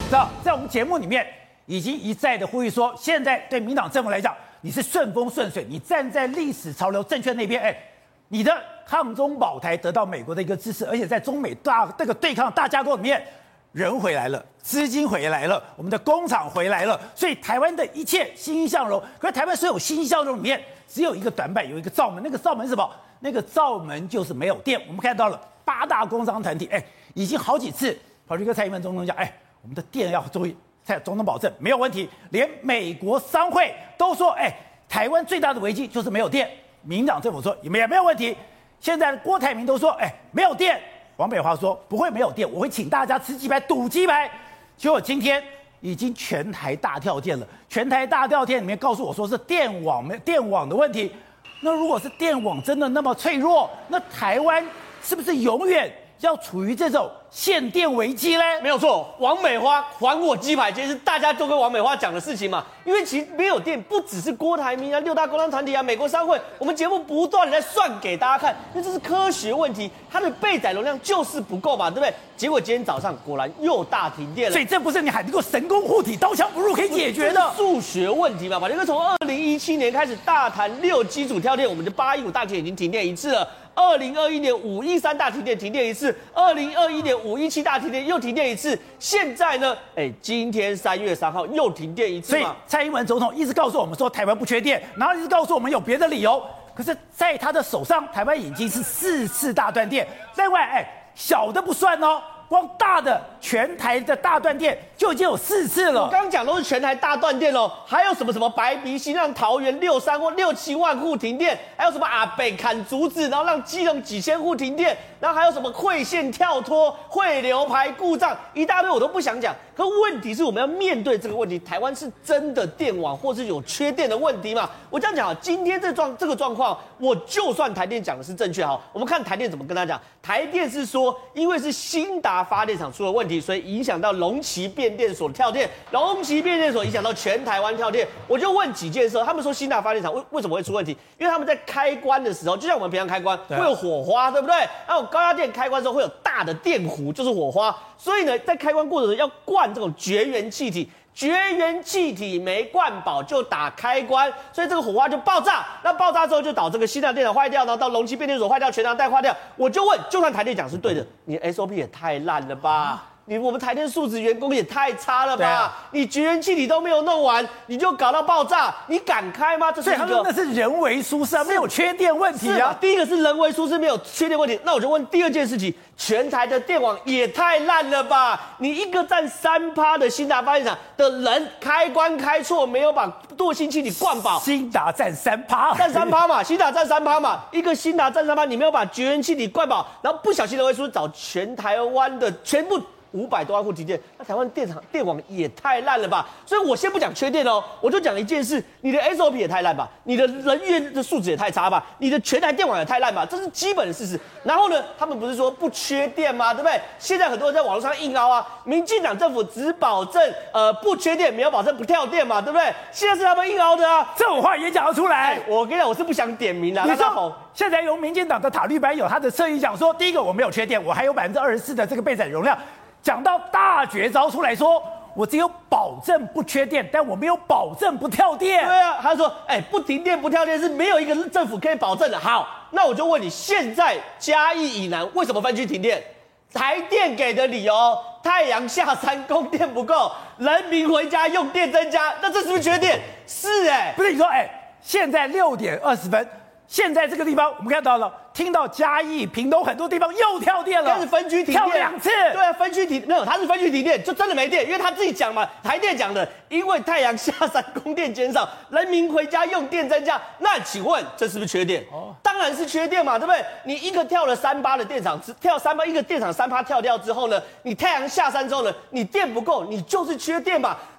知道，在我们节目里面已经一再的呼吁说，现在对民党政府来讲，你是顺风顺水，你站在历史潮流正确那边，你的抗中保台得到美国的一个支持，而且在中美这个对抗大架构里面，人回来了，资金回来了，我们的工厂回来了，所以台湾的一切欣欣向荣。可是台湾所有欣欣向荣里面，只有一个短板，有一个罩门，那个罩门是什么？那个罩门就是没有电。我们看到了8大工商团体，已经好几次跑去跟蔡英文总统讲，我们的电要注意，蔡总统保证没有问题。连美国商会都说，台湾最大的危机就是没有电。民党政府说也没有问题。现在郭台铭都说，没有电。王北华说不会没有电，我会请大家吃鸡排赌鸡排。结果今天已经全台大跳电了，全台大跳电里面告诉我说是电网的问题。那如果是电网真的那么脆弱，那台湾是不是永远要处于这种限电危机呢？ 没有错，王美花还我鸡排，其实是大家都跟王美花讲的事情嘛。因为其实没有电，不只是郭台铭啊、6大工商团体啊、美国商会，我们节目不断的在算给大家看，因为这是科学问题，它的备载容量就是不够嘛，对不对？结果今天早上果然又大停电了， 所以这不是你喊这个神功护体、刀枪不入可以解决的数学问题嘛。把这个从2017年开始大谈6基础跳电，我们的815大停电已经停电一次了。2021年513大停电一次，2021年517大停电又停电一次，现在呢，今天3月3号又停电一次嘛。 所以蔡英文总统一直告诉我们说台湾不缺电，然后一直告诉我们有别的理由，可是在他的手上，台湾已经是4次大断电。另外，小的不算哦。光大的全台的大断电就已经有4次了。 我刚刚讲都是全台大断电哦，还有什么白鼻溪让桃园63或67万户停电，还有什么阿北砍竹子，然后让基隆几千户停电，然后还有什么汇线跳脱、汇流排故障，一大堆我都不想讲。可问题是我们要面对这个问题，台湾是真的电网或是有缺电的问题嘛？我这样讲啊，今天这个状况，我就算台电讲的是正确，好，我们看台电怎么跟他讲。台电是说，因为是新达发电厂出了问题，所以影响到龙崎变电所跳电，龙崎变电所影响到全台湾跳电。我就问几件事，他们说新达发电厂为什么会出问题？因为他们在开关的时候，就像我们平常开关会有火花，对不对？还有高压电开关的时候会有大的电弧，就是火花。所以呢，在开关过程中要灌这种绝缘气体。绝缘气体没灌饱就打开关，所以这个火花就爆炸。那爆炸之后就导这个新达电厂坏掉，然后到龙崎变电所坏掉，全台带坏掉。我就问，就算台电讲是对的，你 SOP 也太烂了吧？我们台电素质员工也太差了吧？你绝缘气体都没有弄完，你就搞到爆炸，你敢开吗？ 所以他们那是人为疏失啊，没有缺电问题啊。 第一个是人为疏失，没有缺电问题。那我就问第二件事情，全台的电网也太烂了吧？你一个占3%的新达发电厂的人开关开错，没有把惰性气体灌饱。 新达占3%， 占3%嘛，新达占3%嘛，一个新达占3%，你没有把绝缘气体灌饱，然后不小心人为疏失，找全台湾的全部500多万户停电，那台湾电网也太烂了吧？所以我先不讲缺电哦，我就讲一件事：你的 SOP 也太烂吧，你的人员的素质也太差吧，你的全台电网也太烂吧，这是基本的事实。然后呢，他们不是说不缺电吗？对不对？现在很多人在网络上硬凹啊，民进党政府只保证不缺电，没有保证不跳电嘛，对不对？现在是他们硬凹的啊， 这种话也讲得出来。 我跟你讲，我是不想点名啦。 你说现在由民进党的塔绿班有他的侧翼讲说，第一个我没有缺电，我还有24%的这个备载容量。讲到大绝招出来说，我只有保证不缺电，但我没有保证不跳电。 对啊，他说，不停电不跳电是没有一个政府可以保证的。好，那我就问你，现在嘉义以南为什么分区停电？台电给的理由，太阳下山供电不够，人民回家用电增加，那这是不是缺电？是不是你说现在6点20分。现在这个地方我们看到了，听到嘉义、屏东很多地方又跳电了， 但是分区停电跳2次。 对啊，分区停没有，它是分区停电，就真的没电，因为他自己讲嘛，台电讲的，因为太阳下山供电减少，人民回家用电增加。那请问这是不是缺电？当然是缺电嘛，对不对？你一个跳了3%的电厂，跳3%，一个电厂3%跳掉之后呢，你太阳下山之后呢，你电不够，你就是缺电嘛。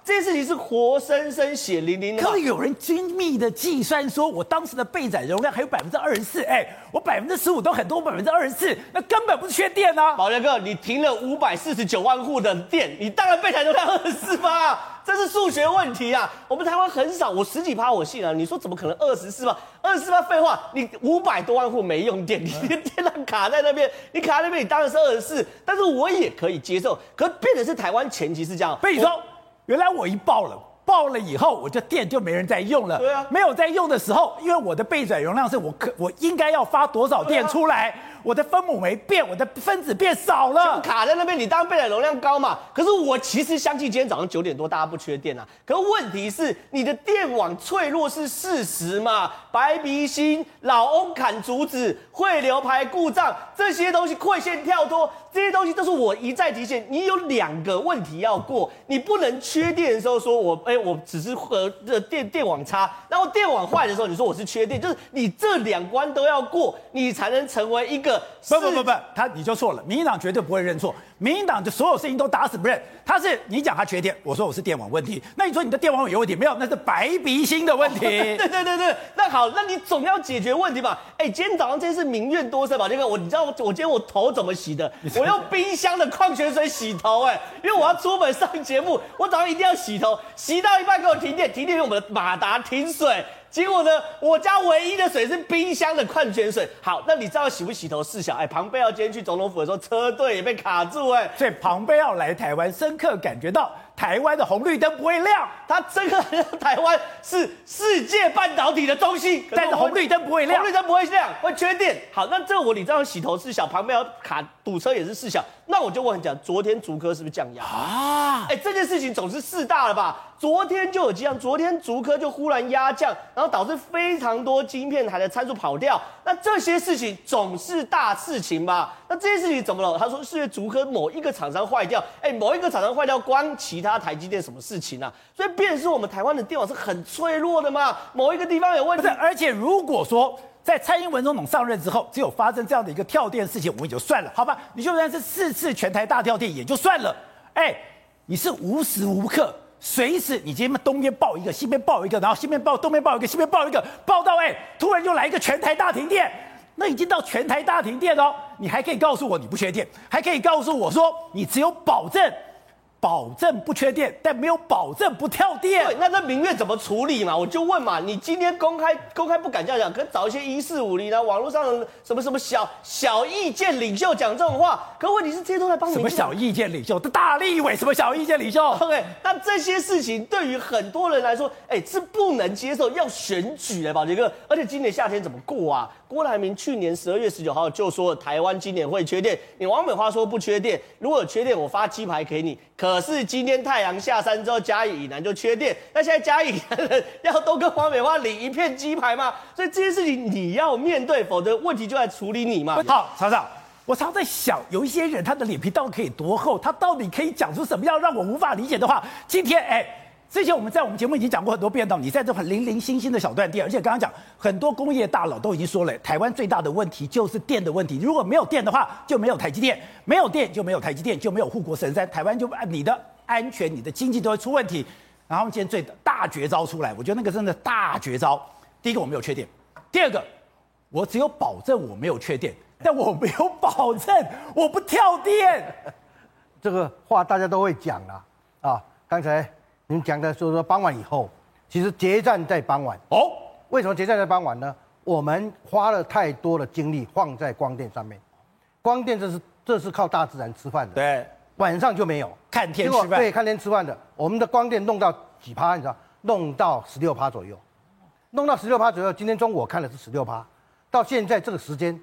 这件事情是活生生血淋淋的。 可是有人精密的计算说，我当时的备载容量还有24%，我15%都很多，24%那根本不是缺电啊！ 宝杰哥，你停了549万户的电，你当然备载容量24%啊，这是数学问题啊。我们台湾很少，我10几%我信啊。你说怎么可能24%？24%废话，你500多万户没用电，你的电量卡在那边，你卡在那边，你当然是24%，但是我也可以接受。可是变成是台湾前期是这样， 所以说，原来我一爆了以后，我就电就没人在用了。 对啊， 没有在用的时候，因为我的备载容量是我应该要发多少电出来，我的分母没变，我的分子变少了， 卡在那边，你当然备载容量高嘛。可是我其实相信今天早上9点多大家不缺电啊，可是问题是你的电网脆弱是事实嘛？白鼻星、老翁砍竹子、汇流排故障这些东西，馈线跳脱这些东西都是我一再提醒，你有2个问题要过，你不能缺电的时候说我只是电网差，然后电网坏的时候你说我是缺电，就是你这2关都要过，你才能成为一个不，你就错了，民进党绝对不会认错，民进党就所有事情都打死不认，你讲他缺电，我说我是电网问题，那你说你的电网有问题没有？那是白鼻星的问题。 对，那好，那你总要解决问题吧？今天早上这是民怨多深吧？这个你知道我今天我头怎么洗的？我用冰箱的矿泉水洗头，因为我要出门上节目，我早上一定要洗头，洗到一半给我停电，因为我们的马达停水。结果呢，我家唯一的水是冰箱的矿泉水。好，那你知道洗不洗头事小？庞贝奥今天去总统府的时候，车队也被卡住， 所以庞贝奥来台湾，深刻感觉到台湾的红绿灯不会亮， 他深刻感觉到台湾是世界半导体的中心， 但是红绿灯不会亮， 红绿灯不会亮，会缺电。好，那这你这样洗头事小，庞贝奥卡堵车也是事小。那我就问你讲，昨天竹科是不是降压啊？这件事情总是事大了吧？昨天就有迹象，昨天竹科就忽然压降，然后导致非常多晶片台的参数跑掉。那这些事情总是大事情吧？那这些事情怎么了？他说是因为竹科某一个厂商坏掉，某一个厂商坏掉，关其他台积电什么事情啊？所以变成是我们台湾的电网是很脆弱的嘛？某一个地方有问题， 而且如果说在蔡英文总统上任之后，只有发生这样的一个跳电事情，我们也就算了，好吧？你就算是4次全台大跳电也就算了，你是无时无刻。随时你今天东边爆一个，西边爆一个，然后西边爆，东边爆一个，西边爆一个，爆到突然就来一个全台大停电，那已经到全台大停电哦，你还可以告诉我你不缺电，还可以告诉我说你只有保证不缺电，但没有保证不跳电。 对，那民怨怎么处理嘛？我就问嘛，你今天公开不敢这样讲，可找一些1450啊，网络上的什么小意见领袖讲这种话，可问题是这些都在帮你什么小意见领袖？大立委什么小意见领袖 ？OK， 那这些事情对于很多人来说，是不能接受，要选举的，宝杰哥。而且今年夏天怎么过啊？郭台铭去年12月19号就说台湾今年会缺电，你王美花说不缺电，如果有缺电我发鸡排给你。可是今天太阳下山之后，嘉义以南就缺电，那现在嘉义以南人要都跟王美花领一片鸡排吗？所以这件事情你要面对，否则问题就来处理你嘛。 好，曹长，我常在想，有一些人他的脸皮到底可以多厚，他到底可以讲出什么样让我无法理解的话？今天之前我们在我们节目已经讲过很多遍了，你在这很零零星星的小断电，而且刚刚讲很多工业大佬都已经说了，台湾最大的问题就是电的问题。如果没有电的话，就没有台积电，没有电就没有台积电，就没有护国神山，台湾就你的安全、你的经济都会出问题。然后今天最大绝招出来，我觉得那个真的大绝招。第一个我没有缺电，第二个我只有保证我没有缺电，但我没有保证我不跳电。 这个话大家都会讲啦，刚才您讲的说傍晚以后，其实决战在傍晚。为什么决战在傍晚呢？我们花了太多的精力放在光电上面，光电这是靠大自然吃饭的， 对， 晚上就没有看天吃饭， 对，看天吃饭的。我们的光电弄到几趴，你知道？弄到16%左右，弄到16%左右。今天中午我看的是16%，到现在这个时间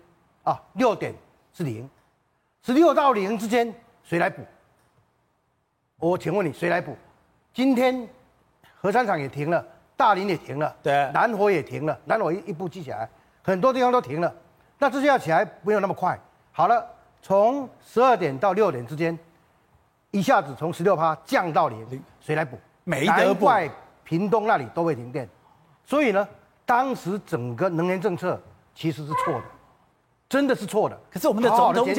6点是0，16到0之间谁来补？我请问你谁来补？今天核三厂也停了，大林也停了， 对， 南火也停了，南火一步记起来，很多地方都停了。那这些要起来没有那么快。好了，从12点到6点之间，一下子从16%降到0，谁来补？ 没得补。 难怪屏东那里都会停电。所以呢，当时整个能源政策其实是错的，真的是错的。 可是我们的总统讲，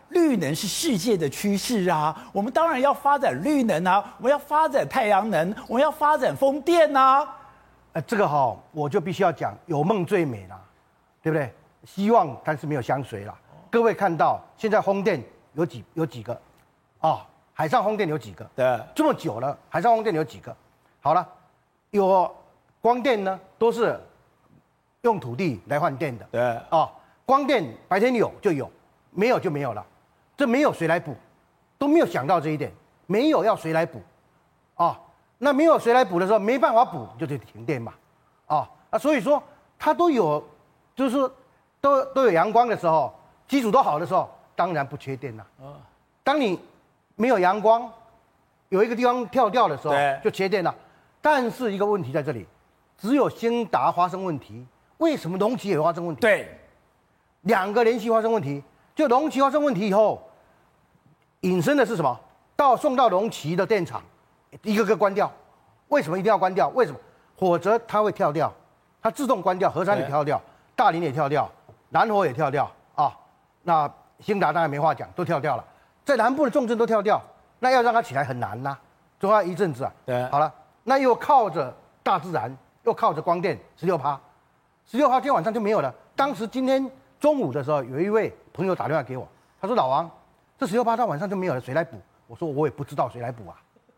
绿能是世界的趋势啊，我们当然要发展绿能啊，我们要发展太阳能，我们要发展风电啊。 这个我就必须要讲，有梦最美啦，对不对？希望但是没有相随啦。各位看到现在风电有几个海上风电有几个？ 对， 这么久了，海上风电有几个？好了，有光电呢，都是用土地来换电的。 对光电白天有就有，没有就没有了。这没有谁来补，都没有想到这一点，没有要谁来补那没有谁来补的时候，没办法补，就得停电嘛所以说它都有，就是说都有阳光的时候，基础都好的时候，当然不缺电了。当你没有阳光，有一个地方跳掉的时候，就缺电了。但是一个问题在这里，只有兴达发生问题，为什么龙崎也发生问题？ 对， 两个连续发生问题，就龙崎发生问题以后，引申的是什么？送到龙崎的电厂，一个个关掉。为什么一定要关掉？为什么？否则它会跳掉，它自动关掉，河山也跳掉，大林也跳掉，南火也跳掉那兴达当然没话讲，都跳掉了。在南部的重镇都跳掉，那要让它起来很难呐，总要一阵子对， 好了，那又靠着大自然，又靠着光电，16%，16%今天晚上就没有了。当时今天中午的时候，有一位朋友打电话给我，他说：“老王，这16%到晚上就没有了，谁来补？”我说：“我也不知道谁来补啊。”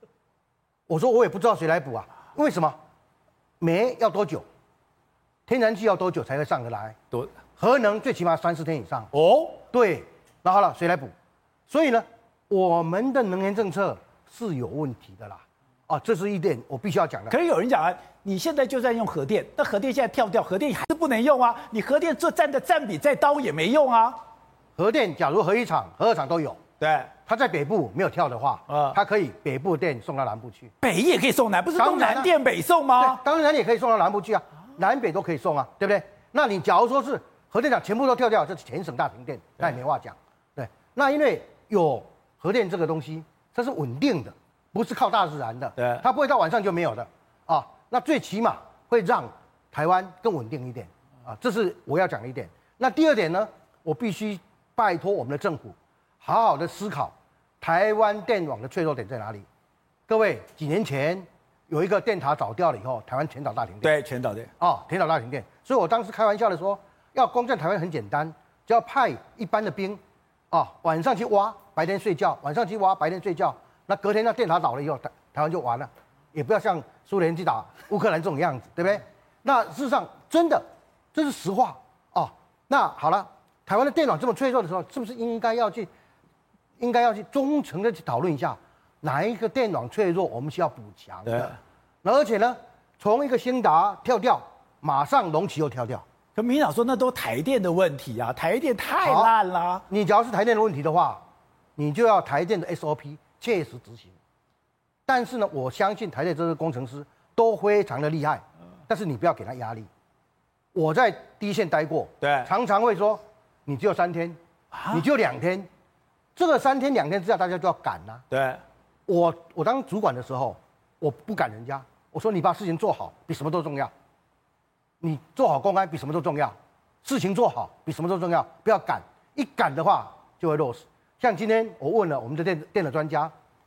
为什么？煤要多久？天然气要多久才会上得来？核能最起码3-4天以上。对，那好了，谁来补？所以呢，我们的能源政策是有问题的啦。这是一点我必须要讲的。 可是有人讲你现在就算用核电，那核电现在跳掉，核电还是不能用啊。你核电占的占比再高也没用啊。 核电假如核一厂、核二厂都有， 对， 它在北部没有跳的话，它可以北部电送到南部去， 北也可以送南，不是东南电北送吗？ 当然也可以送到南部去啊，南北都可以送啊，对不对？那你假如说是核电厂全部都跳掉，这是全省大停电，那也没话讲。对，那因为有核电这个东西，它是稳定的，不是靠大自然的， 对， 它不会到晚上就没有的那最起码会让台湾更稳定一点这是我要讲的一点。那第二点呢，我必须拜托我们的政府好好的思考台湾电网的脆弱点在哪里。各位，几年前有一个电塔早掉了以后，台湾全岛大停电。 对，全岛对全岛大停电。所以我当时开玩笑的说，要攻占台湾很简单，只要派一般的兵晚上去挖，白天睡觉；晚上去挖，白天睡觉。那隔天那电塔倒了以后，台湾就完了，也不要像苏联去打乌克兰这种样子，对不对？那事实上真的，这是实话那好了，台湾的电网这么脆弱的时候，是不是应该要去忠诚的去讨论一下，哪一个电网脆弱，我们需要补强的？而且呢，从一个兴达跳掉，马上龙崎又跳掉。 可民进党说那都台电的问题啊，台电太烂了。 你假如是台电的问题的话，你就要台电的 SOP 切实执行。但是呢，我相信台电这些工程师都非常的厉害，但是你不要给他压力。我在第一线待过， 对， 常常会说，你只有3天，你就2天，这个3天2天之下，大家就要赶啦。 对， 我当主管的时候，我不赶人家，我说你把事情做好，比什么都重要。你做好公安比什么都重要，事情做好比什么都重要，不要赶，一赶的话就会落实。像今天我问了我们的电的专家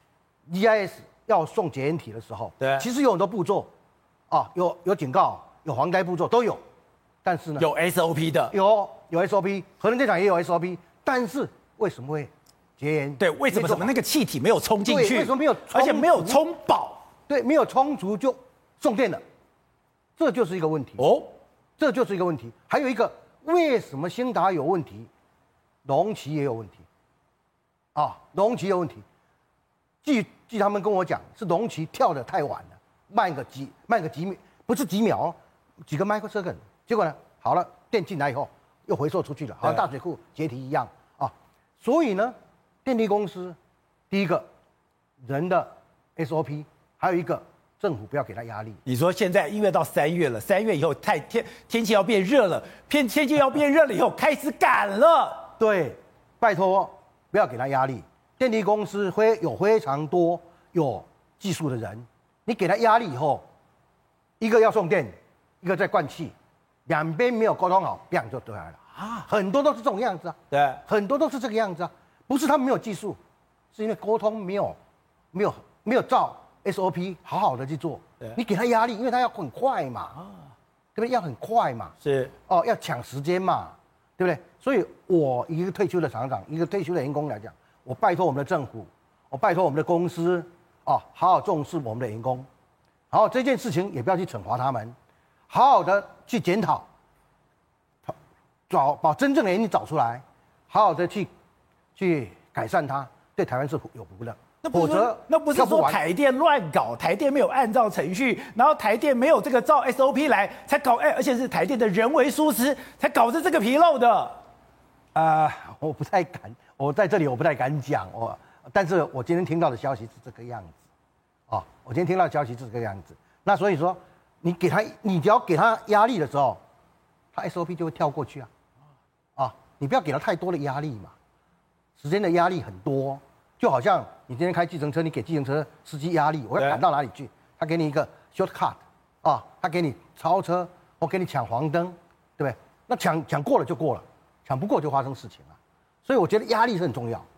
，GIS 要送检验体的时候， 对， 其实有很多步骤，有警告，有防呆步骤都有，但是呢， 有 SOP 的， 有 SOP， 核能电厂也有 SOP， 但是为什么会结烟？ 对，为什么那个气体没有冲进去？ 为什么没有？ 而且没有充饱？ 对，没有充足就送电了。这就是一个问题这就是一个问题。还有一个，为什么兴达有问题，龙崎也有问题？龙崎有问题。据他们跟我讲，是龙崎跳得太晚了，慢个几秒，不是几秒几个 microsecond。结果呢，好了，电进来以后又回收出去了，好像大水库解体一样所以呢，电力公司第一个人的 SOP， 还有一个。政府不要给他压力。 你说现在因为到3月了，3月以后天气要变热了，天气要变热了以后开始赶了。 对，拜托不要给他压力。电力公司有非常多有技术的人，你给他压力以后，一个要送电，一个在灌气，两边没有沟通好，砰就对来了很多都是这种样子对， 很多都是这个样子不是他们没有技术，是因为沟通没有照 SOP 好好的去做。你给他压力，因为他要很快嘛，对不对？要很快嘛， 是哦，要抢时间嘛，对不对？所以我一个退休的厂长，一个退休的员工来讲，我拜托我们的政府，我拜托我们的公司，哦，好好重视我们的员工，然后这件事情也不要去惩罚他们，好好的去检讨，把真正的原因找出来，好好的去改善它，对台湾是有福的。 那不是说台电乱搞，台电没有按照程序，然后台电没有这个照 SOP 来才搞，而且是台电的人为疏失才导致这个纰漏的。 我不太敢，我在这里我不太敢讲，但是我今天听到的消息是这个样子，我今天听到的消息是这个样子。那所以说，你只要给他压力的时候，他 SOP 就会跳过去你不要给他太多的压力嘛，时间的压力很多。就好像你今天开计程车，你给计程车司机压力，我要赶到哪里去？他给你一个 shortcut 他给你超车，我给你抢黄灯，对不对？那抢过了就过了，抢不过就发生事情了。所以我觉得压力是很重要。